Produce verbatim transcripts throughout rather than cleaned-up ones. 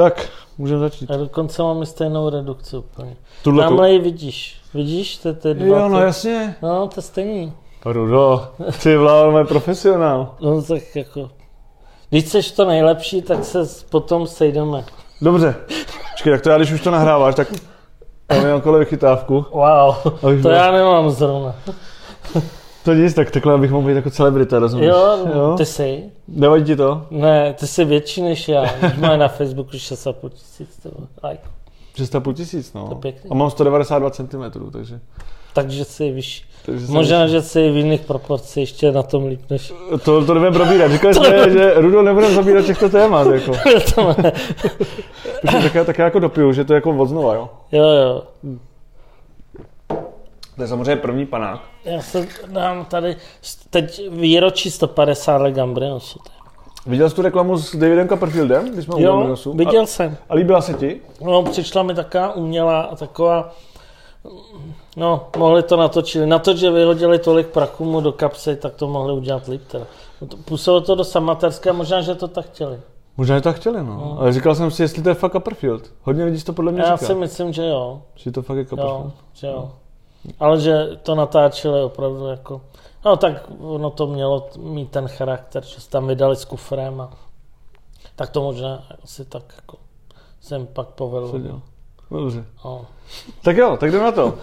Tak, můžeme začít. A dokonce máme stejnou redukci úplně. Tuhle Tamhle tu... ji vidíš. Vidíš? Ty, ty dva, jo, no ty... jasně. No, to je stejný. Rudo, ty vládme profesionál. No tak jako... Když chceš to nejlepší, tak se potom sejdeme. Dobře. Počkej, tak to já, když už to nahráváš, tak já mám kolem vychytávku. Wow, to byl... já nemám zrovna. To nic, tak takhle bych mohl být jako celebrita, rozumíš? Jo, jo, ty jsi. Nevadí ti to? Ne, ty jsi větší než já. Už máme na Facebooku šest a půl tisíc like. šest a půl tisíc, no. To pěkný. A mám sto devadesát dva centimetrů, takže... Takže jsi vyšší. Takže možná, vyšší. Že jsi v jiných proporcích ještě na tom líp než... To, to nebudeme probírat. Říkali jsme, že Rudo nebudeme zabírat těchto témat, jako. to ne. Protože tak, já, tak já jako dopiju, že to je jako od znova, jo? Jo, jo. To je samozřejmě první panák. Já se dám tady, teď výročí sto padesát let Gambrinusů. Viděl jsi tu reklamu s Davidem Copperfieldem, když jsme u Gambrinusu? Viděl a, jsem. A líbila se ti? No, přišla mi taková umělá a taková, no, mohli to natočit. Na to, že vyhodili tolik prachu mu do kapsy, tak to mohli udělat líp teda. Působilo to dost amatérské, možná, že to tak chtěli. Možná, že to chtěli, no. no. Ale říkal jsem si, jestli to je fakt Copperfield. Hodně lidí to podle mě Já říká. si myslím, že jo. Že to fakt je Copperfield. Jo, že jo. No. Ale že to natáčeli opravdu jako... No tak ono to mělo mít ten charakter, že se tam vydali s kufrem a... Tak to možná asi tak jako... Jsem pak povedl. Dobře. No. Tak jo, tak jdeme na to.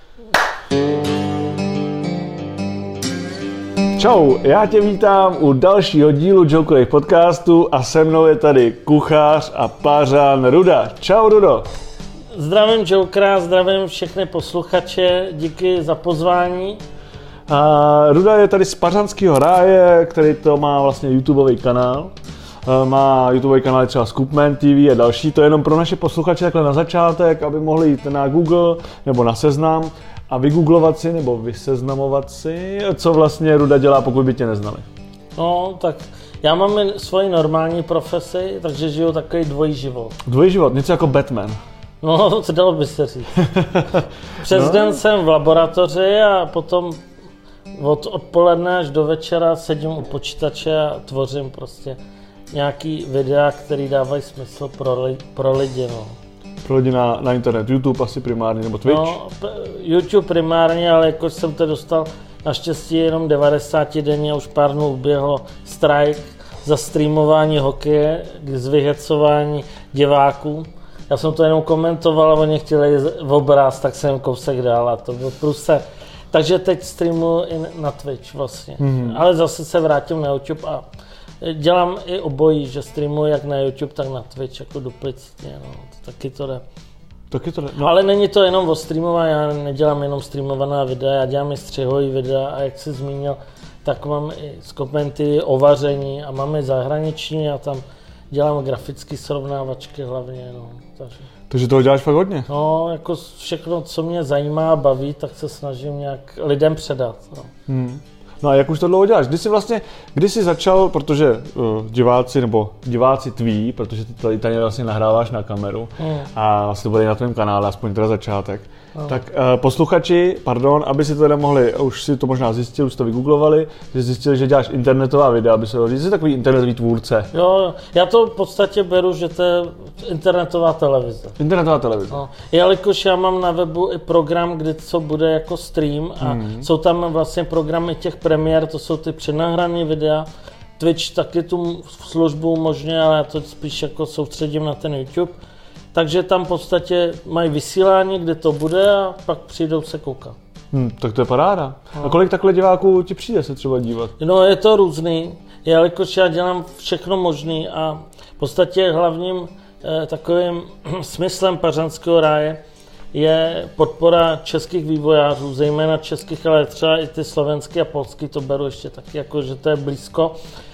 Čau, já tě vítám u dalšího dílu Jokerových podcastu a se mnou je tady kuchař a pařan Ruda. Čau, Rudo. Zdravím Jokera, zdravím všechny posluchače, díky za pozvání. A Ruda je tady z Pařanského ráje, který to má vlastně YouTubeový kanál. Má YouTubeový kanál třeba Scoopman T V a další. To je jenom pro naše posluchače takhle na začátek, aby mohli jít na Google nebo na Seznam a vygooglovat si nebo vyseznamovat si, co vlastně Ruda dělá, pokud by tě neznali. No, tak já mám svoji normální profesi, takže žiju takový dvojí život. Dvojí život, něco jako Batman. No, to dalo by se říct. Přes no. den jsem v laboratoři a potom od odpoledne až do večera sedím u počítače a tvořím prostě nějaký videa, který dávají smysl pro, li, pro lidi. No. Pro lidi na, na internet, YouTube asi primárně, nebo Twitch? No, YouTube primárně, ale jako jsem to dostal naštěstí jenom devadesát denně, už pár dnů uběhlo strike za streamování hokeje, z vyhecování diváků. Já jsem to jenom komentoval a oni chtěli v obraz, tak jsem kousek dál a to byl průser. Takže teď streamuji i na Twitch vlastně. Mm-hmm. Ale zase se vrátím na YouTube a dělám i obojí, že streamuji jak na YouTube, tak na Twitch jako duplicitně. No. Taky to jde. Taky to jde. No. Ale není to jenom o streamování, já nedělám jenom streamovaná videa, já dělám i střihový videa a jak jsi zmínil, tak mám i komenty o vaření a mám i zahraniční a tam dělám grafické srovnávačky hlavně, no, takže. Takže toho děláš fakt hodně? No, jako všechno, co mě zajímá a baví, tak se snažím nějak lidem předat, no. Hmm. No a jak už to dlouho děláš? Kdy jsi vlastně, kdy jsi začal, protože uh, diváci, nebo diváci tví, protože ty tady, tady vlastně nahráváš na kameru hmm. a vlastně to bude na tvém kanále, aspoň teda začátek, hmm. tak uh, posluchači, pardon, aby si to teda mohli, už si to možná zjistili, už to vygooglovali, že zjistili, že děláš internetová videa, aby se ho říct, jsi takový internetový tvůrce. Jo, já to v podstatě beru, že to je internetová televize. Internetová televize. No, jelikož já mám na webu i program, kde co bude jako stream a hmm. jsou tam vlastně programy těch premiér, to jsou ty přednahrané videa. Twitch taky tu službu umožňuje, ale já to spíš jako soustředím na ten YouTube. Takže tam v podstatě mají vysílání, kde to bude a pak přijdou se koukat. Hmm, tak to je paráda. No. A kolik takhle diváků ti přijde se třeba dívat? No je to různý, jelikož já dělám všechno možný a v podstatě hlavním eh, takovým smyslem Pařanského ráje je podpora českých vývojářů, zejména českých, ale třeba i ty slovenský a polský, to beru ještě taky, jako že to je blízko.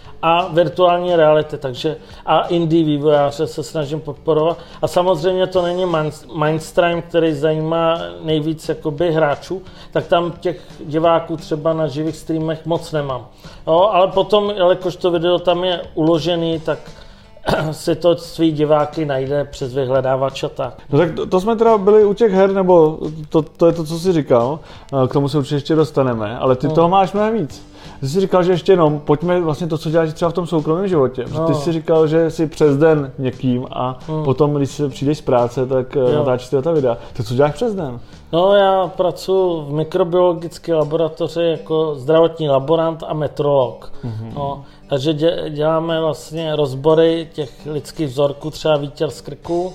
A virtuální reality, takže a indie vývojáře se snažím podporovat. A samozřejmě to není mainstream, který zajímá nejvíc jakoby hráčů, tak tam těch diváků třeba na živých streamech moc nemám. Jo, ale potom, jelikož to video tam je uložený, tak si to svý diváky najde přes vyhledávač a tak. No tak to, to jsme teda byli u těch her, nebo to, to je to, co jsi říkal, k tomu se určitě ještě dostaneme, ale ty no. toho máš mnohem víc. Ty jsi říkal, že ještě jenom, pojďme vlastně to, co děláš třeba v tom soukromém životě. No. Ty jsi říkal, že jsi přes den někým a hmm. potom, když si přijdeš z práce, tak natáčíš ta videa. Ty co děláš přes den? No, já pracuji v mikrobiologické laboratoři jako zdravotní laborant a metrolog. Mm-hmm. No, takže děláme vlastně rozbory těch lidských vzorků, třeba výtěr z krku.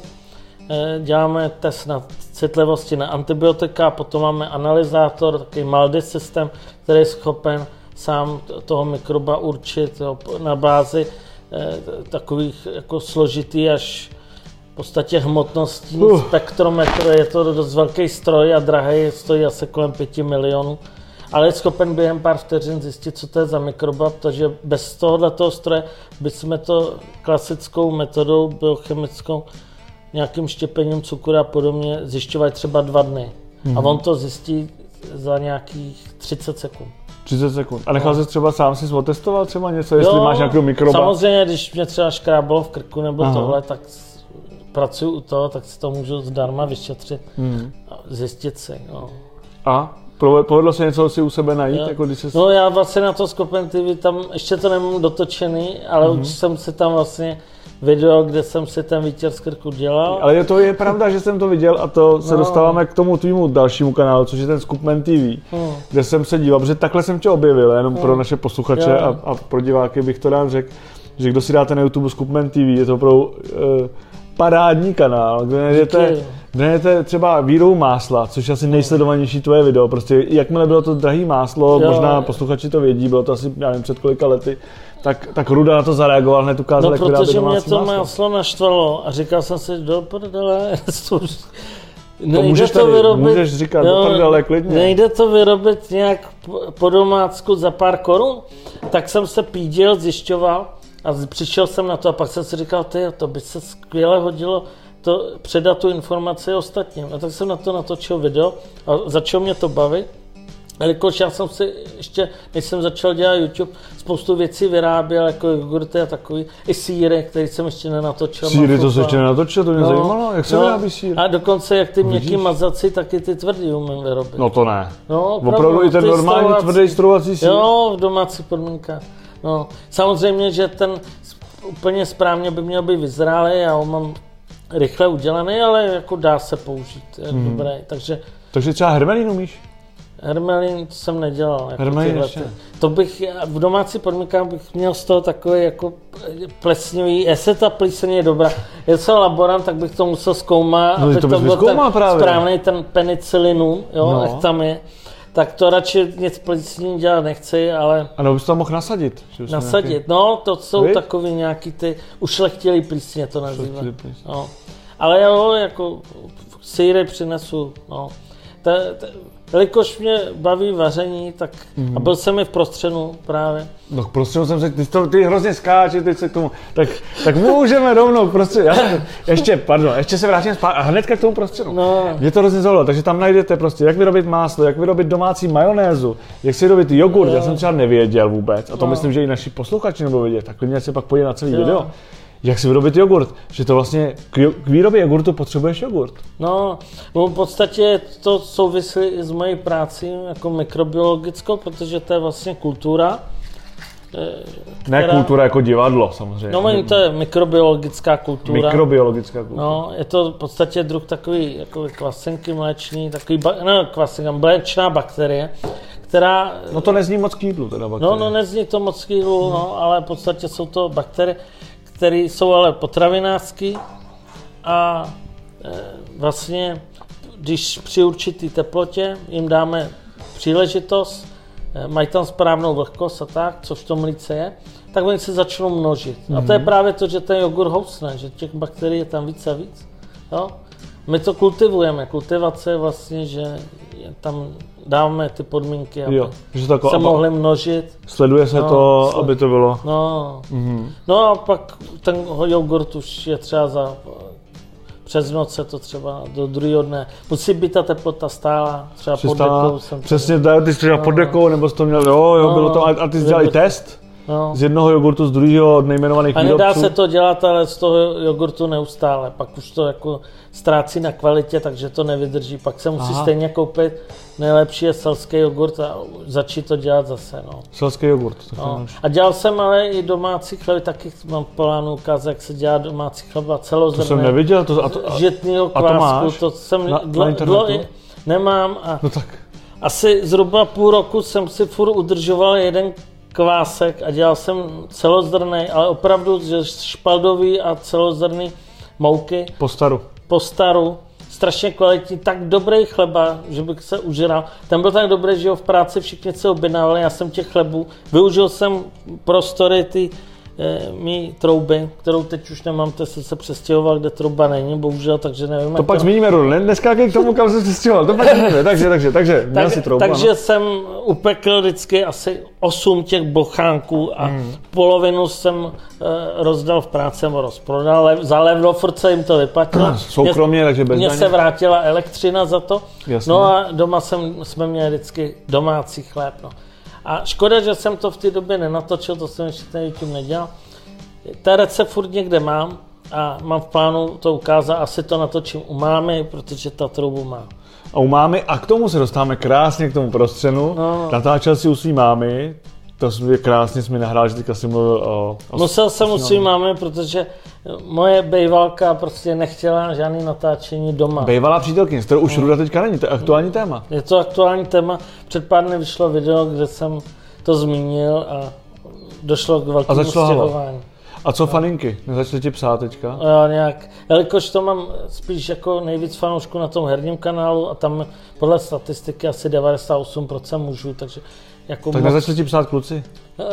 Děláme test na citlivosti na antibiotika, potom máme analyzátor, takový MALDI systém, který je schopen sám toho mikroba určit jo, na bázi eh, takových jako složitý až v podstatě hmotnostní uh. spektrometr. Je to dost velký stroj a drahý, stojí asi kolem pěti milionů. Ale je schopen během pár vteřin zjistit, co to je za mikroba, protože bez tohoto stroje bychom to klasickou metodou biochemickou nějakým štěpením cukru a podobně zjišťovat třeba dva dny. Mm-hmm. A on to zjistí za nějakých třicet sekund. třicet sekund. A nechal no. jsi třeba sám si otestoval třeba něco, jestli jo, máš nějakého mikroba? Samozřejmě, když mě třeba škrábalo v krku nebo Aha. tohle, tak pracuji u toho, tak si to můžu zdarma vyšetřit mm. a zjistit si. No. A? Povedlo se něco si u sebe najít? Jo. Jako když jsi... No já vlastně na to Skopen T V, tam ještě to nemám dotočený, ale mm-hmm. už jsem si tam vlastně video, kde jsem si ten výtěr z krku dělal. Ale to je pravda, že jsem to viděl a to se no. dostáváme k tomu tvýmu dalšímu kanálu, což je ten Skupman T V, hmm. kde jsem se díval, protože takhle jsem tě objevil, jenom hmm. pro naše posluchače a, a pro diváky bych to rád řekl, že kdo si dáte na YouTube Skupman T V, je to opravdu uh, parádní kanál, kde najdete, kde najdete třeba výrobu másla, což je asi nejsledovanější tvoje video, prostě jakmile bylo to drahý máslo, jo. možná posluchači to vědí, bylo to asi, já nevím, před kolika lety, Tak, tak Ruda na to zareagoval, hned ukázal, no, jak vyrábět domácí protože mě to máslo. máslo naštvalo a říkal jsem si, do prdele, to, to můžeš, tady, vyrobit, můžeš říkat, jo, do prdele, klidně. Nejde to vyrobit nějak po domácku za pár korun, tak jsem se píděl, zjišťoval a přišel jsem na to a pak jsem si říkal, ty, to by se skvěle hodilo to, předat tu informaci ostatním. A tak jsem na to natočil video a začalo mě to bavit. Jelikož já jsem si ještě, než jsem začal dělat YouTube, spoustu věcí vyráběl, jako jogurty a takový, i sýry, který jsem ještě nenatočil. Sýry, to se ještě nenatočil, to mě no, zajímalo, jak se no, vyrábí sýr? A dokonce jak ty měkký mazaci, tak i ty tvrdý umím vyrobit. No to ne. No, opravdu, opravdu i ten normální stravovací, tvrdý stravovací sýr? Jo, v domácí podmínkách. No, samozřejmě, že ten úplně správně by měl být vyzrálý, já ho mám rychle udělaný, ale jako dá se použít, je hmm. dobré, takže... Takže třeba hermelín umíš? Hermelín jsem nedělal. Jako to bych, v domácí podmínkách bych měl z toho takový jako plesnivý, jestli ta plíseň je dobrá. Jestli laborant, tak bych to musel zkoumat, no, aby to, to byl ten právě. správný ten penicillinum, jo, no. jak tam je. Tak to radši nic plísní dělat nechci, ale... A nebo bys to mohl nasadit? Nasadit, nějaký... no, to jsou Víš? takový nějaký ty ušlechtilý plísně to nazývá. No. Ale jo, jako sýry přinesu, no. Ta, ta, jelikož mě baví vaření, tak mm. a byl jsem i v prostřenu právě. No k prostřenu jsem se, ty, to, ty hrozně skáčeš teď se k tomu, tak, tak můžeme rovnou k prostřenu, já, ještě, pardon, ještě se vrátím zpátky a hnedka k tomu prostřenu. No. Mě to hrozně zaujalo, takže tam najdete prostě, jak vyrobit máslo, jak vyrobit domácí majonézu, jak si vyrobit jogurt, no. já jsem třeba nevěděl vůbec a to no. myslím, že i naši posluchači nebudou vědět, tak klidně se pak podívej na celý jo. video. Jak si vyrobit jogurt? Že to vlastně k výrobě jogurtu potřebuješ jogurt. No, v podstatě to souvisí i s mojí práci jako mikrobiologickou, protože to je vlastně kultura. Která... Ne kultura jako divadlo samozřejmě. No, to je mikrobiologická kultura. Mikrobiologická kultura. No, je to v podstatě druh takový jako kvasinky mléčný, takový, ba... no, kvasinka, mléčná bakterie, která... No to nezní moc k jídlu teda bakterie. No, no nezní to moc k jídlu, hmm. no, ale v podstatě jsou to bakterie, které jsou ale potravinářský a e, vlastně, když při určitý teplotě jim dáme příležitost, e, mají tam správnou vlhkost a tak, což v tom mlíce je, tak oni se začnou množit. Mm-hmm. A to je právě to, že ten jogurt housne, že těch bakterií je tam víc a víc. Jo? My to kultivujeme. Kultivace je vlastně, že tam dáme ty podmínky, aby jo, že to jako se mohly množit. Sleduje se no, to, sled... aby to bylo. No. Mm-hmm. no a pak ten jogurt už je třeba za přes noc se to třeba do druhého dne. Musí být ta teplota stála, třeba pod dekou. Jsem přesně, tady, ty jsi třeba no, pod dekou, nebo jsi to měl, jo, jo, no, bylo to, a ty jsi dělal i test? No. Z jednoho jogurtu, z druhého od nejmenovaných a výrobců. nedá se to dělat, ale z toho jogurtu neustále. Pak už to jako ztrácí na kvalitě, takže to nevydrží. Pak se musí Aha. stejně koupit nejlepší je selský jogurt a začít to dělat zase. No. Selský jogurt. No. A dělal jsem ale i domácí chleby, taky mám plánu ukázat, jak se dělá domácí chleba celozrnný. To jsem neviděl. To, a to, a, žitnýho kvásku, to, to jsem na, dlo, na dlo, nemám. A no tak. asi zhruba půl roku jsem si furt udržoval jeden kvásek a dělal jsem celozrnný, ale opravdu že špaldový a celozrnný mouky. Po staru. Po staru. Strašně kvalitní, tak dobrý chleba, že bych se užral. Ten byl tak dobrý, že ho v práci všichni se objednávali, já jsem těch chlebů. Využil jsem prostory ty e, mý trouby, kterou teď už nemám, teď jsem se přestěhoval, kde trouba není, bohužel, takže nevím. To pak to... zmíníme, Rudl, neskákej k tomu, kam se přestěhoval, to pak zmíníme, takže, takže, takže, měl tak, si troubu. Takže ano. jsem upekl vždycky asi osm těch bochánků a hmm. polovinu jsem e, rozdal v práci, nebo rozprodal, le, za levno, furt se jim to vyplatilo. Soukromně, takže bez Mně daně. se vrátila elektřina za to, Jasně. no a doma jsem, jsme měli vždycky domácí chléb, no. A škoda, že jsem to v té době nenatočil, to jsem ještě ten YouTube nedělal. Ta recept furt někde mám a mám v plánu to ukázat, asi to natočím u mámy, protože ta troubu má. A u mámy, a k tomu se dostáváme krásně k tomu prostřenu, no. Natáčel si u svý mámy, to je krásně, jsi mi nahrál, že teďka jsi mluvil o... o Musel jsem u svý mámy, protože moje bejvalka prostě nechtěla žádný natáčení doma. Bejvalá přítelkyně, s kterou už Ruda teďka není, to je aktuální téma. Je to aktuální téma, před pár dny vyšlo video, kde jsem to zmínil a došlo k velkému stěhování. A co faninky? Nezačali ti psát teďka? Jo, nějak, jelikož to mám spíš jako nejvíc fanoušků na tom herním kanálu a tam podle statistiky asi devadesát osm procent mužů, takže jako tak moc... nezačali ti psát kluci?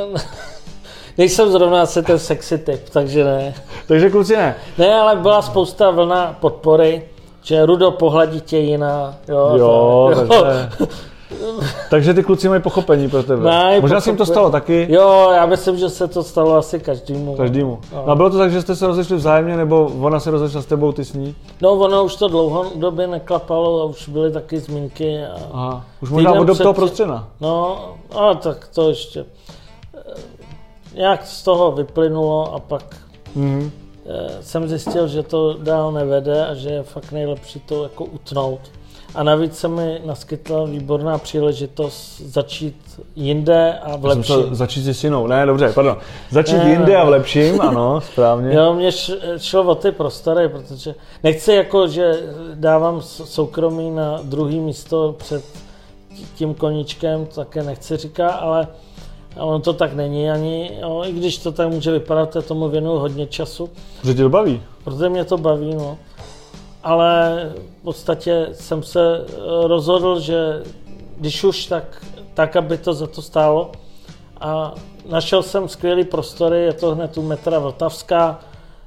Nejsem zrovna asi ten sexy typ, takže ne. Takže kluci ne? Ne, ale byla spousta vlna podpory, že Rudo pohladí tě jiná. Jo, jo, tak, takže... Takže ty kluci mají pochopení pro tebe. Ne, možná se jim to stalo taky? Jo, já myslím, že se to stalo asi každému. Každému. No. No a bylo to tak, že jste se rozešli vzájemně, nebo ona se rozešla s tebou, ty s ní? No, ono už to dlouho době neklapalo a už byly taky zmínky. A aha, už možná od dob toho prostřena. No, a tak to ještě nějak z toho vyplynulo a pak mm-hmm. jsem zjistil, že to dál nevede a že je fakt nejlepší to jako utnout. A navíc se mi naskytla výborná příležitost začít jinde a v lepším. Já jsem začít s jinou. Ne, dobře, pardon. Začít ne, jinde a v lepším, ano, správně. Jo, mě šlo o ty prostory, protože nechci jako, že dávám soukromí na druhý místo před tím koníčkem, to také nechci říkat, ale ono to tak není ani, jo, i když to tak může vypadat, já tomu věnuju hodně času. Protože tě to baví? Protože mě to baví, no. Ale v podstatě jsem se rozhodl, že když už, tak, tak aby to za to stálo. A našel jsem skvělý prostory, je to hned u metra Vltavská,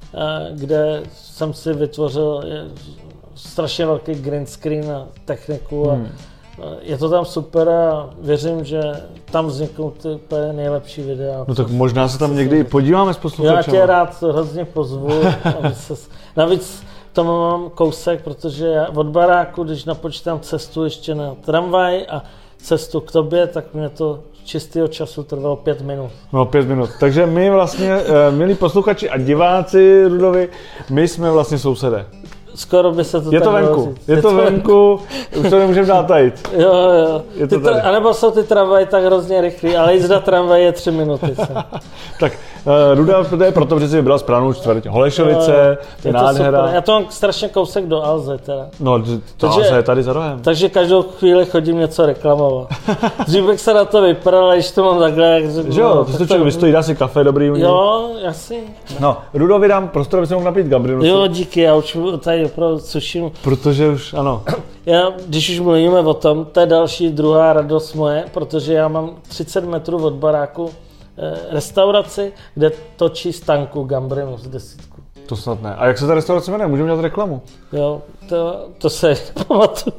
kde jsem si vytvořil strašně velký green screen a techniku. A hmm. Je to tam super a věřím, že tam vzniknou ty nejlepší videa. No tak možná se tam někdy i podíváme s posluchačem. Já tě rád hrozně pozvu. Aby ses, navíc to mám kousek, protože já od baráku, když napočítám cestu ještě na tramvaj a cestu k tobě, tak mě to čistého času trvalo pět minut. No pět minut. Takže my vlastně, milí posluchači a diváci Rudovi, my jsme vlastně sousedé. Skoro by se to je to venku, je, je to venku, už to nemůžeme dát tajit. Jo, jo. Je to tra- a nebo jsou ty tramvaje tak hrozně rychlý, ale jízda tramvaje je tři minuty. Tak uh, Ruda, to je proto, že jsi vybral správnou čtvrť. Holešovice, je, je nádhera. Já to mám strašně kousek do Alze teda. No, to Alze je tady za rohem. Takže každou chvíli chodím něco reklamovat. Dřív bych se na to vypadal, ale když to mám takhle, jak řeknu. Jo, ty si to člověk vystojí, dá si kafe dobrý u něj. Jo, jasně. No, Rudovi dám prostor, aby se mohl napít Gabrielu. Jo, díky, já už tady opravdu suším. Protože už, ano. Já, když už mluvíme o tom, to je další druhá radost moje, protože já mám třicet metrů od baráku eh, restauraci, kde točí Stanku Gambrinu z desítku. To snad ne. A jak se ta restaurace jmenuje? Můžeme dělat reklamu? Jo, to, to se pamatuju.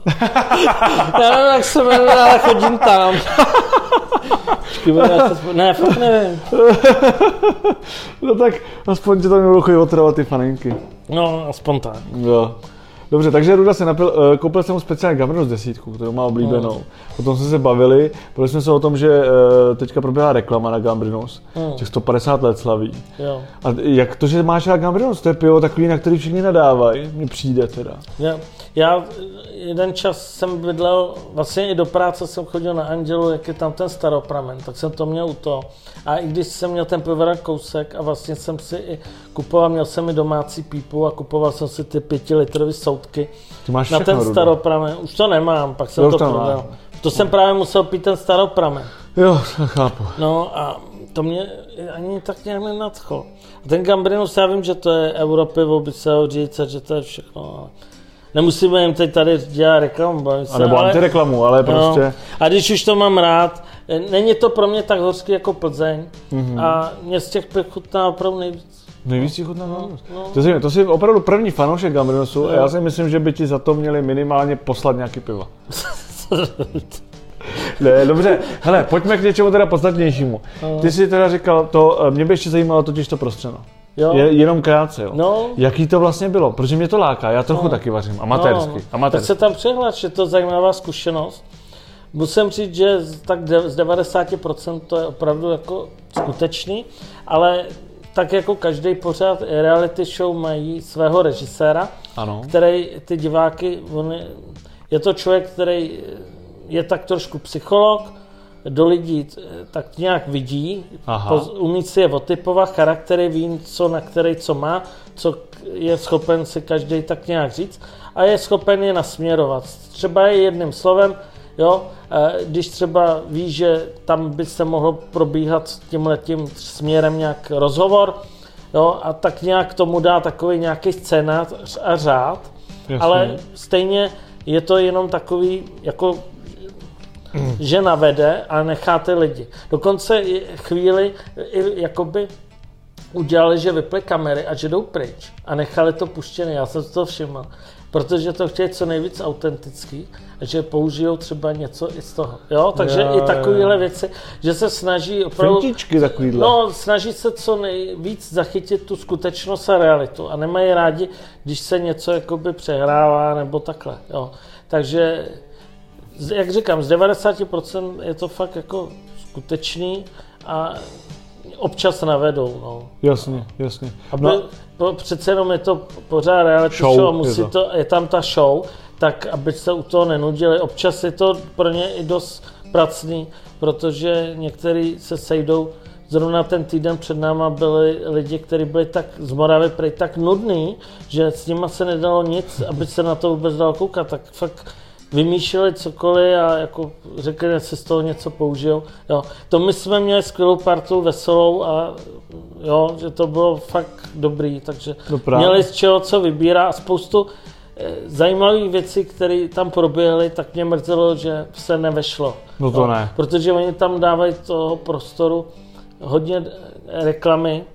Já nevím, jak se jmenuje, ale chodím tam. Ne, fakt nevím. No tak aspoň tě tam nebudou chodit otravovat ty faninky. No, aspoň tak. Jo. Dobře, takže Ruda se napil, uh, koupil jsem mu speciální Gambrinus desítku, kterou má oblíbenou. Hmm. Potom jsme se bavili, bavili jsme se o tom, že uh, teďka proběhla reklama na Gambrinus, hmm. těch sto padesát let slaví. Jo. A jak to, že máš rád Gambrinus, to je pivo takový, na který všichni nadávají, mně přijde teda. Já, já jeden čas jsem bydlel, vlastně i do práce jsem chodil na Andělu, jak je tam ten staropramen, tak jsem to měl u toho. A i když jsem měl ten pivovar kousek a vlastně jsem si i kupoval, měl jsem i domácí pípu a kupoval jsem si ty pětilitrový soudky na všechno, ten staropramen. Už to nemám, pak jsem jo, to prodal. To jsem právě musel pít ten staropramen. Jo, chápu. No a to mě ani tak nějak nenadchlo. A ten Gambrinus, já vím, že to je europivo, by se ho říct, že to je všechno, ale nemusíme jim teď tady dělat reklamu. A nebo ale, antireklamu, ale prostě... No, a když už to mám rád, není to pro mě tak hořký jako Plzeň mm-hmm. a mě z těch pěch chutná opravdu nejvíc. Nejvíc si chutná Gambrinus. No, no. To, jsi, to jsi opravdu první fanoušek Gambrinusu no. A já si myslím, že by ti za to měli minimálně poslat nějaký piva. Ne, dobře, hele, pojďme k něčemu teda podstatnějšímu. Ty jsi teda říkal, to, mě by ještě zajímalo totiž to prostřeno. Jo. Je, jenom krátce, jo. No. Jaký to vlastně bylo? Protože mě to láká, já trochu no. taky vařím, amatérsky. No, no. amatérsky. Tak se tam přihlaš, je to zajímavá zkušenost. Musím říct, že tak z devadesát procent to je opravdu jako skutečný, ale tak jako každý pořád reality show mají svého režiséra, ano. který ty diváky, on je, je to člověk, který je tak trošku psycholog, do lidí tak nějak vidí, poz, umí si je otypovat, charaktery, ví, co na který co má, co je schopen si každý tak nějak říct a je schopen je nasměrovat. Třeba je jedním slovem, jo, když třeba ví, že tam by se mohlo probíhat tímhletím směrem nějak rozhovor, jo, a tak nějak tomu dá takový nějaký scénář a řád, jasně. Ale stejně je to jenom takový, jako že navede a necháte lidi. Dokonce chvíli jakoby udělali, že vyply kamery a že jdou pryč a nechali to puštěné. Já jsem to všiml, protože to chtějí co nejvíc autentický a že použijou třeba něco i z toho. Jo? Takže já, i takovéhle věci, že se snaží opravdu... Fintičky takovýhle. No, snaží se co nejvíc zachytit tu skutečnost a realitu a nemají rádi, když se něco jakoby přehrává nebo takhle. Jo? Takže jak říkám, z devadesát procent je to fakt jako skutečný a občas navedou. No. Jasně, jasně. Aby, no. po, přece jenom je to pořád reality show, show a musí je, to. To, je tam ta show, tak aby se u toho nenudili. Občas je to pro ně i dost pracný, protože někteří se sejdou. Zrovna ten týden před náma byli lidi, kteří byli tak z Moravy prej tak nudný, že s nima se nedalo nic, aby se na to vůbec dalo koukat. Tak fakt vymýšleli cokoliv a jako řekli, že se z toho něco použijou. Jo. To my jsme měli skvělou partu, veselou a jo, že to bylo fakt dobrý, takže Dobrá. měli z čeho co vybírat a spoustu eh, zajímavých věcí, které tam proběhly, tak mě mrzelo, že se nevešlo. No to jo. ne. Protože oni tam dávají toho prostoru hodně reklamy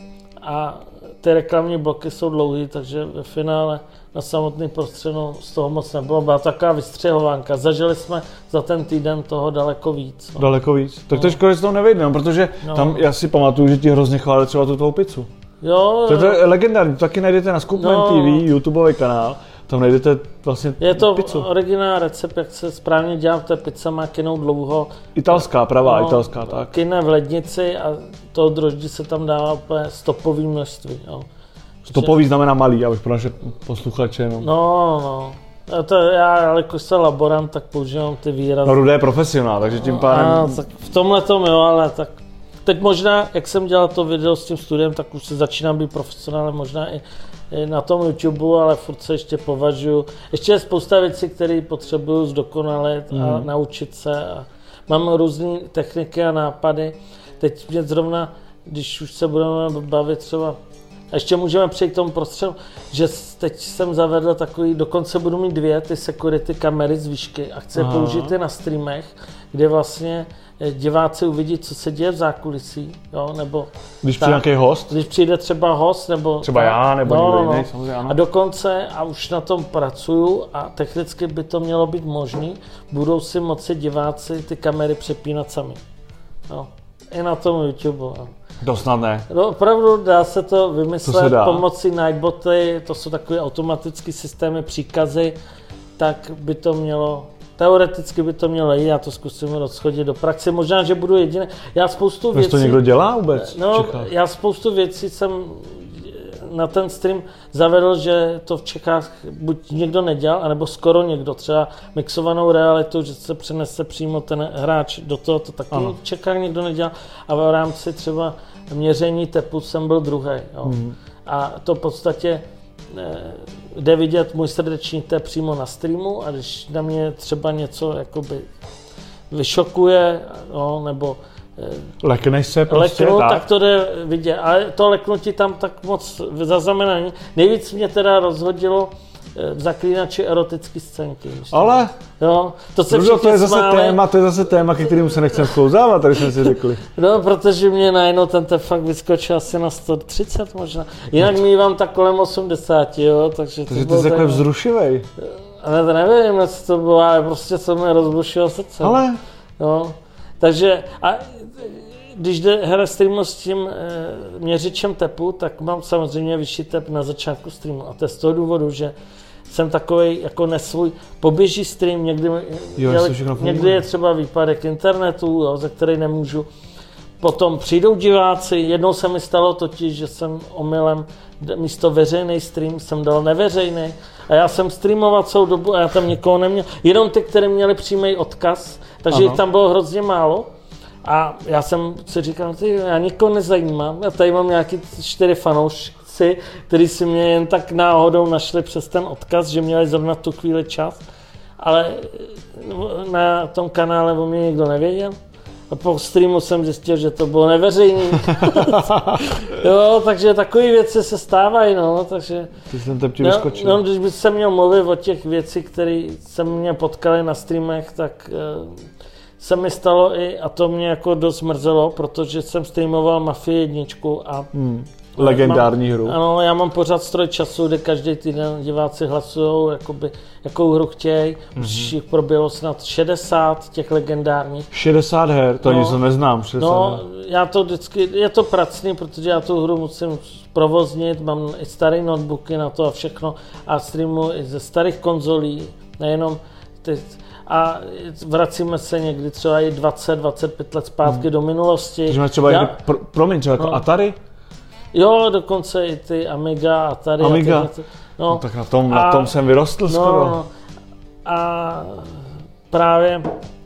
a ty reklamní bloky jsou dlouhé, takže ve finále na samotný prostředno z toho moc nebylo. Byla taková vystřihovánka. Zažili jsme za ten týden toho daleko víc. No. Daleko víc. Tak to je škoda, že z toho nevyjde, protože no. tam já si pamatuju, že ti hrozně chválili třeba tu tvou pizzu. Jo, to, to je legendární, to taky najdete na Skupman no. T V, YouTubeový kanál. Tam najdete vlastně Je to pizzu. originální recept, jak se správně dělá, ta pizza má kynout dlouho. Italská, pravá, no, italská, tak. Kyne v lednici a toho droždí se tam dává úplně stopový množství. Jo. Stopový znamená malý, abych pro naše posluchače jenom. No, no. To já, jakož jsem laborant, tak používám ty výrazy. No, Ruda je profesionál, takže tím pádem... No, tak v tomhle tom jo, ale tak... Teď možná, jak jsem dělal to video s tím studiem, tak už se začínám být profesionálem, možná i, i na tom YouTube, ale furt se ještě považuji. Ještě je spousta věcí, které potřebuju zdokonalit mm. a naučit se. A mám různé techniky a nápady. Teď mě zrovna, když už se budeme bavit třeba, a ještě můžeme přejít k tomu prostředu, že teď jsem zavedl takový, dokonce budu mít dvě ty security kamery z výšky a chci je použít i na streamech, kde vlastně diváci uvidí, co se děje v zákulisí, jo, nebo... Když přijde nějaký host? Když přijde třeba host, nebo... Třeba tak, já, nebo no, někdo jiný, samozřejmě, ano. A dokonce, a už na tom pracuju, a technicky by to mělo být možný, budou si moci diváci ty kamery přepínat sami. Jo. I na tom YouTube. Jo. To snad ne. No opravdu dá se to vymyslet to pomocí Nightboty, to jsou takové automatické systémy, příkazy, tak by to mělo, teoreticky by to mělo jít, já to zkusím rozchodit do praxe, možná, že budu jediný. Já spoustu věcí... to někdo dělá vůbec? No, já spoustu věcí jsem na ten stream zavedl, že to v Čechách buď někdo nedělal, anebo skoro někdo, třeba mixovanou realitu, že se přenese přímo ten hráč do toho, to taky ano. v Čechách někdo nedělal a v rámci třeba měření tepu jsem byl druhý. Mm. A to v podstatě jde vidět můj srdeční tep přímo na streamu a když na mě třeba něco jakoby vyšokuje, no, nebo lekneš se prostě, leknu, tak. tak to jde vidět, ale to leknutí tam tak moc zaznamenaný. Nejvíc mě teda rozhodilo v Zaklínači erotické scénky. Ale jo, to, se Rudo, to je zase smáli. téma, to je zase téma, ke kterému se nechcem sklouzávat, tady jsme si řekli. No, protože mě najednou ten tep fakt vyskočil asi na sto třicet možná. Jinak no. mívám tak kolem osmdesát, jo, takže... Takže to ty jsi takhle vzrušivej. Ale to nevím, jestli to bylo, ale prostě se mi rozbušilo srdce. Ale... No, takže... A, když jde hra streamu s tím e, měřičem tepu, tak mám samozřejmě vyšší tep na začátku streamu. A to je z toho důvodu, že jsem takový jako nesvůj poběží stream, někdy, jo, je, někdy je třeba výpadek internetu, jo, za který nemůžu. Potom přijdou diváci, jednou se mi stalo totiž, že jsem omylem místo veřejný stream jsem dal neveřejný. A já jsem streamoval celou dobu a já tam nikoho neměl, jenom ty, které měli přímý odkaz, takže jich tam bylo hrozně málo. A já jsem si říkal, ty, já nikoho nezajímám, já tady mám nějaký čtyři fanoušci, kteří si mě jen tak náhodou našli přes ten odkaz, že měli zrovna tu chvíli čas, ale na tom kanále o mě nikdo nevěděl. A po streamu jsem zjistil, že to bylo neveřejný. Jo, takže takové věci se stávají, no, takže... Ty jsem tep ti vyskočil. No, no, když bych se měl mluvit o těch věcí, které se mě potkaly na streamech, tak... se mi stalo i, a to mě jako dost mrzelo, protože jsem streamoval Mafii jedničku a... Hmm. Legendární mám, hru. Ano, já mám pořád stroj času, kde každý týden diváci hlasujou, jakoby, jakou hru chtějí. Mm-hmm. Jich proběhlo snad šedesát těch legendárních. šedesát her, to no, ani neznám. No, her. Já to vždycky, je to pracný, protože já tu hru musím provoznit, mám i staré notebooky na to a všechno a streamuji i ze starých konzolí, nejenom ty... A vracíme se někdy třeba i dvacet dvacet pět let zpátky hmm. do minulosti. Takže třeba Já, pro, promiň, třeba jako no. Atari? Jo, dokonce i ty Amiga, Atari. Amiga? A ty, no. no tak na tom, a, na tom jsem vyrostl no, skoro. No. A právě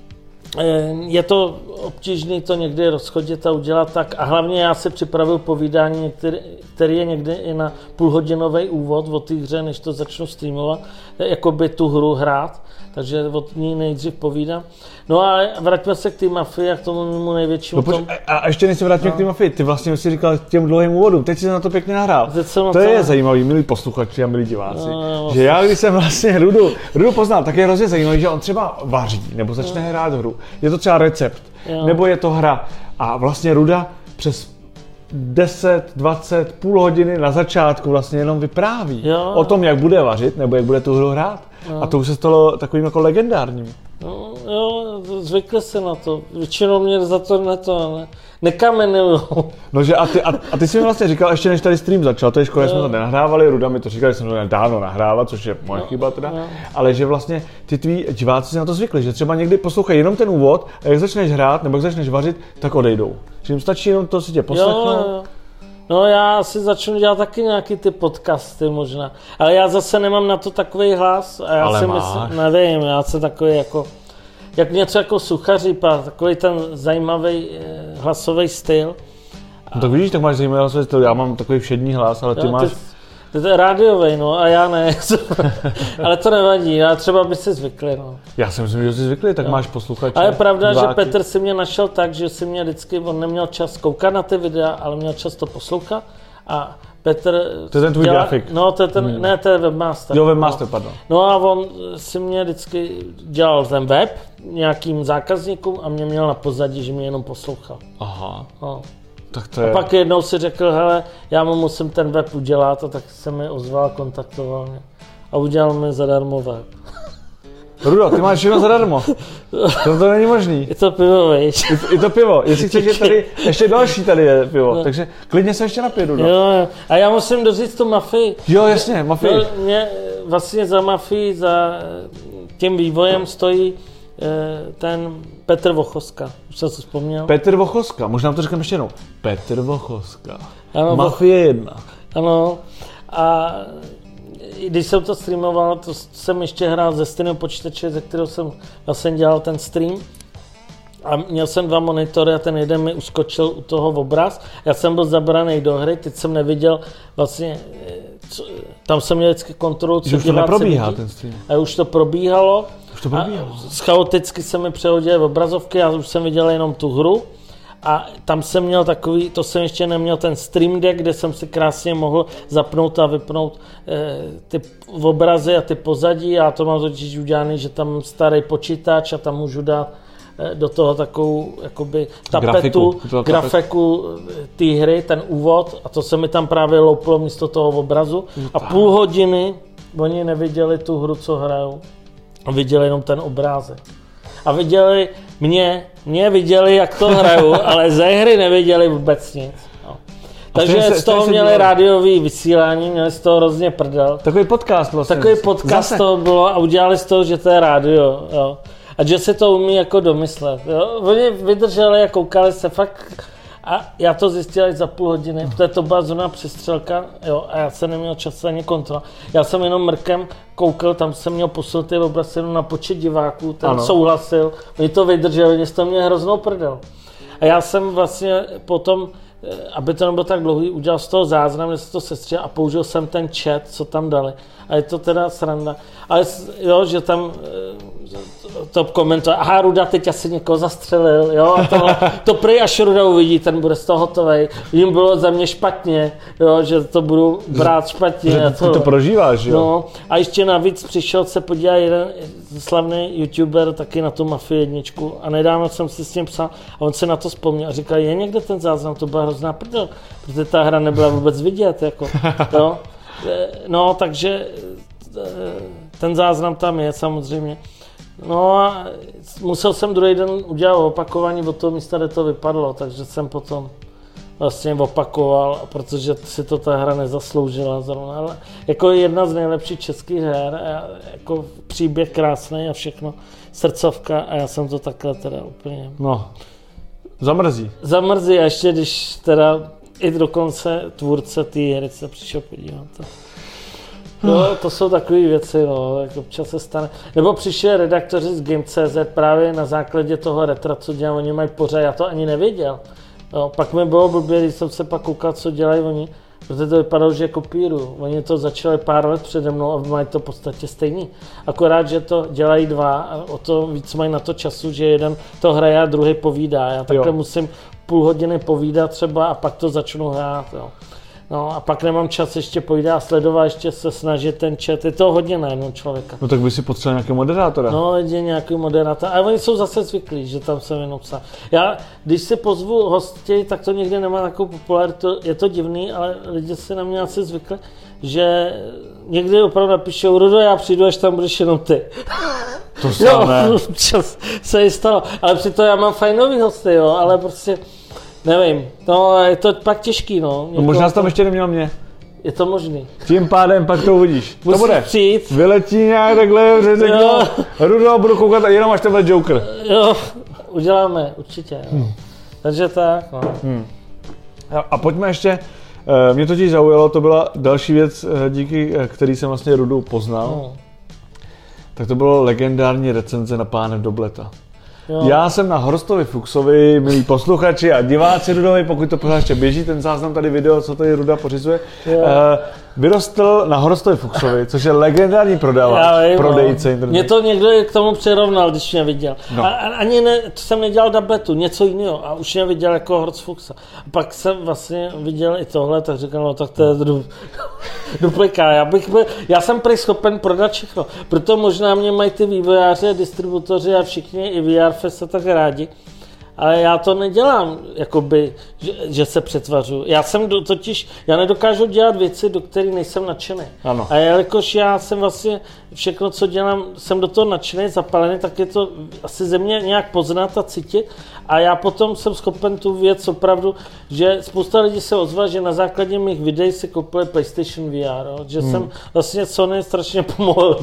je to obtížné to někdy rozchodit a udělat tak. A hlavně já si připravil povídání, který, který je někdy i na půlhodinový úvod o té hře, než to začnu streamovat, jakoby tu hru hrát. Takže od ní nejdřív povídám. No a vraťme se k té Mafii a k tomu mému největšímu no, tom... A ještě než se vrátíme no. k té Mafii, ty vlastně si říkal k těm dlouhým úvodům, teď si na to pěkně nahrál. To je to... zajímavý, milí posluchači a milí diváci, no, no, že já, když jsem vlastně Rudu, Rudu poznal, tak je hrozně zajímavý, že on třeba vaří, nebo začne no. hrát hru. Je to třeba recept, jo. nebo je to hra. A vlastně Ruda přes deset, dvacet, půl hodiny na začátku vlastně jenom vypráví jo. o tom, jak bude vařit, nebo jak bude tu hru hrát. No. A to už se stalo takovým jako legendárním. No, jo, zvykli se na to. Většinou mě za to ne to, ne, nekamenujou. No, že a ty, a, a ty jsi mi vlastně říkal, ještě než tady stream začal, to je škoda, jsme to nenahrávali, Ruda mi to říkal, že jsem to dávno nahrávat, což je moje no, chyba teda, no. ale že vlastně ty tví diváci si na to zvykli, že třeba někdy poslouchají jenom ten úvod a jak začneš hrát nebo jak začneš vařit, tak odejdou. Že jim stačí jenom to si tě poslechnout. Jo, jo. No já si začnu dělat taky nějaký ty podcasty možná, ale já zase nemám na to takový hlas a já ale si máš. myslím, nevím, já jsem takový jako, jak něco jako Suchařípa, takový ten zajímavý eh, hlasový styl. No tak vidíš, tak máš zajímavý hlasový styl, já mám takový všední hlas, ale ty jo, máš... Ty, to je rádiovej, no, a já ne. Ale to nevadí, já třeba by si zvykli, no. Já si myslím, že jsi zvyklý, tak no. máš posluchače. Ale je pravda, diváky. Že Petr si mě našel tak, že si mě vždycky, on neměl čas koukat na ty videa, ale měl čas to poslouchat. A Petr... To je ten tvůj dělá, grafik. No, to je ten, hmm. ne, to je webmaster. Jo, webmaster, no. pardon. No a on si mě vždycky dělal ten web nějakým zákazníkům a mě měl na pozadí, že mě jenom poslouchal. Aha. No. Tak to je... A pak jednou si řekl, hele, já mu musím ten web udělat, a tak se mi ozval, kontaktoval mě. A udělal mi zadarmo web. Rudo, ty máš všechno zadarmo. To, to není možný. Je to pivo, víš. Je, je to pivo. Jestli chceš, že tady ještě další tady je pivo. No. Takže klidně se ještě napij, Rudo. Jo, jo. A já musím doříct tu mafii. Jo, jasně, mafii. No, mě vlastně za mafii, za tím vývojem stojí ten Petr Vochoska. Už jsem si vzpomněl. Petr Vochoska, možná to říkám ještě jednou. Petr Vochoska. Ano, Mafie jedna. Ano. A když jsem to streamoval, to jsem ještě hrál ze stejného počítače, ze kterého jsem vlastně dělal ten stream. A měl jsem dva monitory a ten jeden mi uskočil u toho obraz. Já jsem byl zabraný do hry, teď jsem neviděl vlastně, co, tam jsem měl vždycky kontrolu, co už to neprobíhá ten stream. A už to probíhalo. Už to probíhalo. Chaoticky se mi přehodily obrazovky, já už jsem viděl jenom tu hru. A tam jsem měl takový, to jsem ještě neměl ten Stream Deck, kde jsem si krásně mohl zapnout a vypnout e, ty obrazy a ty pozadí. Já to mám totiž udělaný, že tam mám starý počítač a tam můžu dát e, do toho takovou jakoby tapetu, grafiku, grafiku té hry, ten úvod. A to se mi tam právě louplo místo toho obrazu. A půl hodiny oni neviděli tu hru, co hrajou. A viděli jenom ten obrázek. A viděli mě, mě viděli, jak to hraju, ale ze hry neviděli vůbec nic. No. Takže se, z toho měli dělali rádiový vysílání, měli z toho hrozně prdel. Takový podcast vlastně. Takový podcast Zase. To bylo a udělali z toho, že to je rádio. Jo. A že se to umí jako domyslet. Jo. Oni vydrželi a koukali se fakt. A já to zjistil až za půl hodiny, protože to byla zóna přestřelka, jo, a já jsem neměl čas ani kontrol. Já jsem jenom mrkem koukal, tam jsem měl posunut ty obrazy na počet diváků, ten ano. Souhlasil, oni to vydrželi, oni to mě hroznou prdel. A já jsem vlastně potom, aby to nebylo tak dlouhý, udělal z toho záznam, že se to sestřel a použil jsem ten chat, co tam dali. A je to teda sranda. Ale jo, že tam to komentuje, aha, Ruda teď asi někoho zastřelil, jo, a to, to prý až Ruda uvidí, ten bude z toho hotovej. Jim bylo za mě špatně, jo, že to budu brát špatně. Že ty to, to prožíváš, jo. No, a ještě navíc přišel se podívat jeden slavný youtuber taky na tu Mafii jedničku a nedávno jsem si s ním psal a on se na to vzpomněl a říkal, je někde ten záznam, to byla hrozná prdel, protože ta hra nebyla vůbec vidět, jako, jo. No, takže ten záznam tam je samozřejmě. No a musel jsem druhý den udělat opakování od toho místa, kde to vypadlo, takže jsem potom vlastně opakoval, protože si to ta hra nezasloužila zrovna, ale jako jedna z nejlepších českých her, jako příběh krásný a všechno, srdcovka a já jsem to takhle teda úplně... No, zamrzí. Zamrzí a ještě když teda i dokonce tvůrce té hry se přišel podívat. No, to jsou takové věci, no, tak občas se stane. Nebo přišli redaktoři z Game tečka cé zet právě na základě toho retra, co dělají, oni mají pořád, já to ani nevěděl. No, pak mi bylo blbě, když jsem se pak koukal, co dělají oni, protože to vypadalo, že kopírují. Oni to začali pár let přede mnou a mají to v podstatě stejný. Akorát, že to dělají dva a o to víc mají na to času, že jeden to hraje a druhý povídá. Já takhle jo. musím půl hodiny povídat třeba a pak to začnu hrát, jo. No a pak nemám čas ještě povídat a sledovat, ještě se snažit ten chat, je to hodně na jednoho člověka. No tak by si potřeboval nějakého moderátora. No, je nějaký moderátor, ale oni jsou zase zvyklí, že tam jsem jenom psal. Já, když si pozvu hosty, tak to někde nemá takovou popularitu, je to divný, ale lidi si na mě asi zvykli, že někdy opravdu napíšou, Rudo, já přijdu, až tam budeš jenom ty. To samé. Jo, čas se jí stalo, ale přitom já mám fajnový hosty, jo, ale prostě... Nevím, no je to pak těžký, no. No možná jsi tam ještě neměl mě. Je to možný. Tím pádem pak to uvidíš. Musíš to bude. Přijít. Vyletí nějak takhle, řeknu, Rudo, budu koukat jenom až to bude Joker. Jo, uděláme, určitě. Hmm. Takže tak, no. Hmm. A pojďme ještě, mě totiž zaujalo, to byla další věc, díky který jsem vlastně Rudu poznal. Hmm. Tak to bylo legendární recenze na Pánem Dobleta. Jo. Já jsem na Horostovi Fuchsovi, milí posluchači a diváci Rudovi, pokud to pořád ještě běží, ten záznam tady video, co tady Ruda pořizuje, uh, vyrostl na Horostovi Fuchsovi, což je legendární prodavač, prodejce internetu. Mě to někdo k tomu přirovnal, když mě viděl. No. A, ani ne, to jsem nedělal dabletu, něco jiného a už mě viděl jako Horst Fuchsa. A pak jsem vlastně viděl i tohle, tak říkal, no tak to je du, dupliká. Já, bych byl, já jsem prý schopen prodat všechno, proto možná mě mají ty vývojáři a distributoři a všichni i V R Fest se tak rádi. ale já to nedělám, jakoby, že, že se přetvařuju. Já jsem do, totiž, já nedokážu dělat věci, do kterých nejsem nadšený. Ano. A jelikož já jsem vlastně všechno, co dělám, jsem do toho nadšený, zapalený, tak je to asi ze mě nějak poznat a cítit. A já potom jsem schopen tu věc opravdu, že spousta lidí se ozvala, že na základě mých videí si koupili PlayStation V R, jo? Že hmm. jsem vlastně Sony strašně pomohl.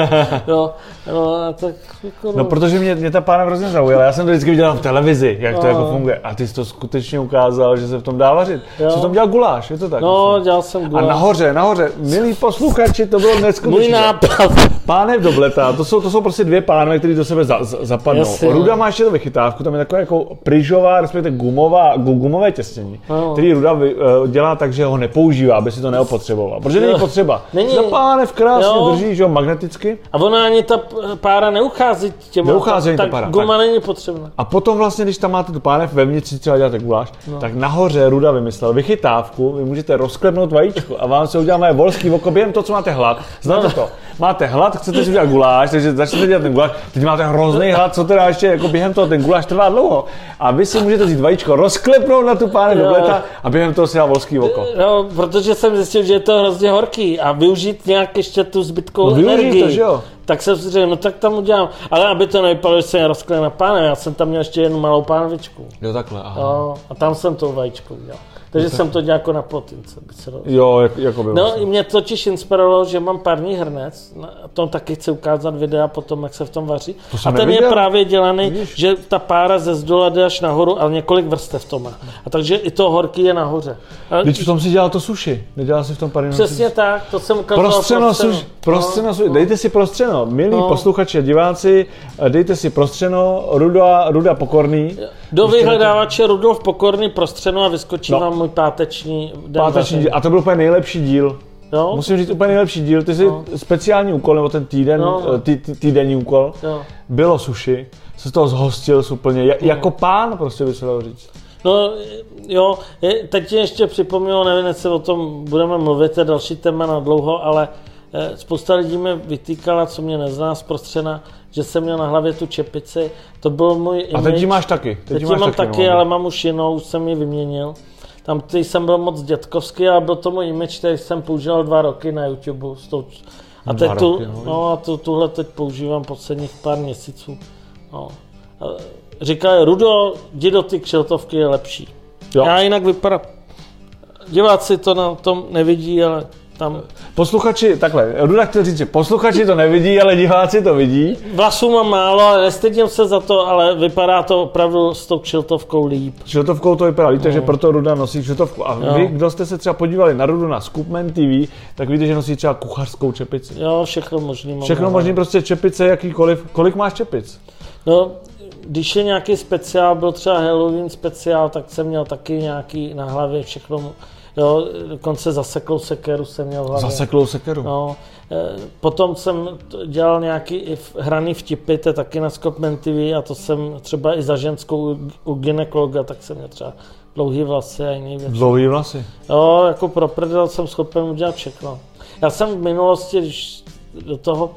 jo, no, a tak, jako, no. no, protože mě, mě ta pána hrozně zaujala. Já jsem to vždycky viděl v televizi, jak to no. jako funguje. A ty jsi to skutečně ukázal, že se v tom dá vařit. Jsi v tom dělal guláš, je to tak? No, myslím. dělal jsem guláš. A nahoře, nahoře, milí posluchači, to bylo neskutečné. Můj nápad. Pánev do bleta, to jsou, to jsou prostě dvě pánve, které do sebe za, za, zapadnou. Jasně, Ruda má ještě to vychytávku, tam je taková jako pryžová, respektive gumová, gumové těstění, no. který Ruda vy, uh, dělá tak, že ho nepoužívá, aby si to neopotřeboval. Protože není potřeba. Není. Ta pánev krásně jo. drží, že jo, magneticky. A ona ani ta pára neuchází těma, neuchází ta, ta pára. guma tak. není potřebná. A potom vlastně, když tam máte tu pánev vevnitř, si třeba děláte guláš, no. tak nahoře Ruda vymyslel vychytávku, vy můžete rozklepnout vajíčko a vám se uděláme volský oko během toho, co máte hlad. Znáte no. to? Máte hlad, chcete si udělat guláš, takže začnete dělat ten guláš, teď máte hrozný hlad, co teda ještě jako během toho ten guláš trvá dlouho. A vy si můžete vzít vajíčko, rozklepnout na tu pánev do bleta a během toho si dá volský oko. No, protože jsem zjistil, že je to hrozně horký a využít nějak ještě tu zbytkovou no, energii. To, že jo? Tak jsem si řekl, no tak tam udělám, ale aby to nevypadalo, že jsem rozkleněl na pánev, já jsem tam měl ještě jednu malou pánvičku. Jo, takhle, aha. No, a tam jsem to vajíčko udělal. Takže no, jsem to dělal jako na plotince. Jo, jak, jako bylo. No, i mě totiž inspirovalo, že mám pární hrnec, a to taky chci ukázat videa potom, jak se v tom vaří. To a ten neviděl. Je právě dělaný, Víš? Že ta pára ze zdola jde až nahoru, ale několik vrstev to má. A takže i to horký je nahoře. Když v tom si dělal to sushi, nedělal si v tom pární Přesně hrnec. Tak, to jsem ukazoval prostřeno. Prostřeno, suši, prostřeno no, suši. Dejte si prostřeno, milí no. posluchači a diváci, dejte si prostřeno, Ruda, Ruda Pokorný. Do vyhledávače Rudolf Pokorný prostřeno a vyskočí no. vám můj páteční den. Páteční díl. A to byl úplně nejlepší díl. No. Musím říct úplně nejlepší díl. Ty jsi no. speciální úkol, nebo ten týden, no. tý, tý, týdenní úkol, no. bylo sushi. Se z toho zhostil úplně, no. jako pán prostě by se dalo říct. No jo, je, teď ještě připomnělo, nevím, jestli o tom budeme mluvit, to je další téma na dlouho, ale eh, spousta lidí mi vytýkala, co mě nezná, zprostřena, že jsem měl na hlavě tu čepici, to byl můj image. A teď ji máš taky. Teď ji mám taky, no, ale mám už jinou, už jsem ji vyměnil. Tam teď jsem byl moc dětkovský, ale byl to můj image, který jsem používal dva roky na YouTube. A teď tu, roky, no. No, a tu, tuhle teď používám posledních pár měsíců. No. Říkají, Rudo, jdi do ty kšeltovky, je lepší. Jo. Já jinak vypadám. Diváci to na tom nevidí, ale tam... Posluchači, takhle, Ruda chtěl říct, že posluchači to nevidí, ale diváci to vidí. Vlasů mám málo, ale nestydím se za to, ale vypadá to opravdu s tou kšiltovkou líp. Kšiltovkou to vypadá, víte, no. že proto Ruda nosí kšiltovku. A jo. vy, kdo jste se třeba podívali na Rudu na Scoopman T V, tak víte, že nosí třeba kuchařskou čepici. Jo, všechno možný mám. Všechno možný, prostě čepice, jakýkoliv. Kolik máš čepic? No, když je nějaký speciál, byl třeba Halloween speciál, tak jsem měl taky nějaký na hlavě všechno. Jo, dokonce zaseklou sekeru jsem měl v hlavě. Zaseklou sekeru? No, potom jsem dělal nějaký i hraný vtipy, to je taky na Scoopman T V a to jsem třeba i za ženskou u gynekologa, tak jsem měl třeba dlouhý vlasy a jiný věci. Dlouhý vlasy? Jo, jako pro prdel jsem schopen udělat všechno. Já jsem v minulosti, když do toho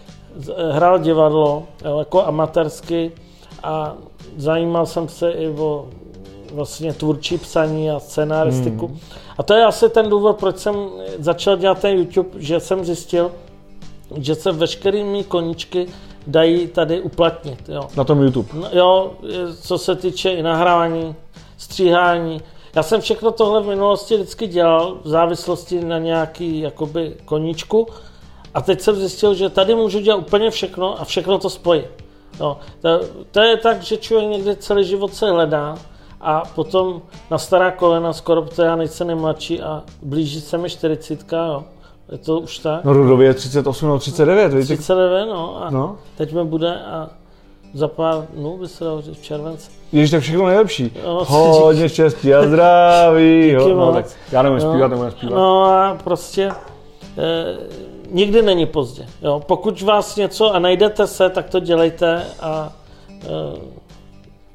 hrál divadlo, jo, jako amatérsky a zajímal jsem se i o vlastně tvůrčí psaní a scenaristiku. Hmm. A to je asi ten důvod, proč jsem začal dělat ten YouTube, že jsem zjistil, že se veškerý mý koníčky dají tady uplatnit. Jo. Na tom YouTube? No, jo, co se týče i nahrávání, stříhání. Já jsem všechno tohle v minulosti vždycky dělal v závislosti na nějaký jakoby koníčku a teď jsem zjistil, že tady můžu dělat úplně všechno a všechno to spojit. Jo. To, to je tak, že člověk někdy celý život se hledá a potom na stará kolena, skoro protože já nejsem nejmladší a blíží se mi čtyřicítka, jo. Je to už tak? No Rudově je třicet osm nebo třicet devět, víte? třicet devět, no a no. teď mi bude a za pár dnů by se dalo říct v červenci. Ježiš, to je všechno nejlepší. No, hodně štěstí a zdraví. Jo, no, tak já nemůžu no, zpívat, nemůžu zpívat. No a prostě eh, nikdy není pozdě. Jo. Pokud vás něco a najdete se, tak to dělejte a eh,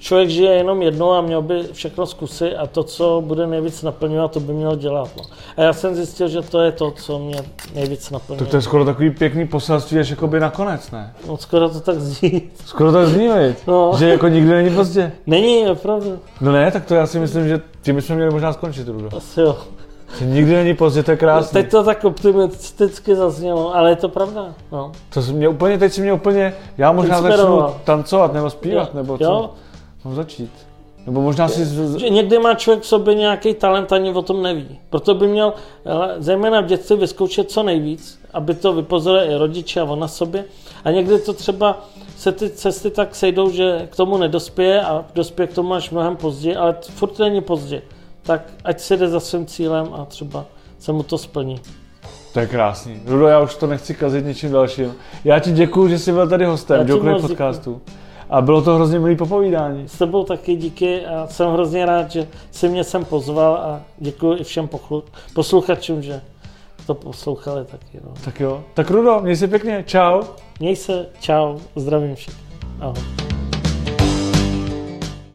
člověk žije jenom jednou a měl by všechno zkusit a to, co bude nejvíc naplňovat, to by měl dělat. No. A já jsem zjistil, že to je to, co mě nejvíc naplňuje. Tak to je skoro takový pěkný poselství, až jakoby nakonec, ne? No, skoro to tak zní. Skoro to zní, no. Že jako nikdy není pozdě. Není, opravdu. No ne, tak to já si myslím, že tím bychom měli možná skončit, Rudo. Asi jo. Že nikdy není pozdě, to je krásný. No, teď to tak optimisticky zaznělo, ale je to pravda. No. To mě úplně, teď si mě úplně, já možná začnu tancovat nebo zpívat, jo. nebo co? Jo. Mám začít. Nebo možná si... Že někdy má člověk v sobě nějaký talent, ani o tom neví. Proto by měl zejména v dětství vyzkoušet co nejvíc, aby to vypozorili i rodiče a on na sobě. A někdy to třeba se ty cesty tak sejdou, že k tomu nedospěje a dospěje k tomu až mnohem později, ale furt není pozdě. Tak ať si jde za svým cílem a třeba se mu to splní. To je krásný. Rudo, já už to nechci kazit ničím dalším. Já ti děkuju, že jsi byl tady hostem Joker podcastu. A bylo to hrozně milý popovídání. S tebou taky díky a jsem hrozně rád, že jsi mě sem pozval a děkuji i všem posluchačům, že to poslouchali taky. No. Tak jo. Tak Rudo, měj se pěkně. Čau. Měj se, čau, zdravím všechny. Ahoj.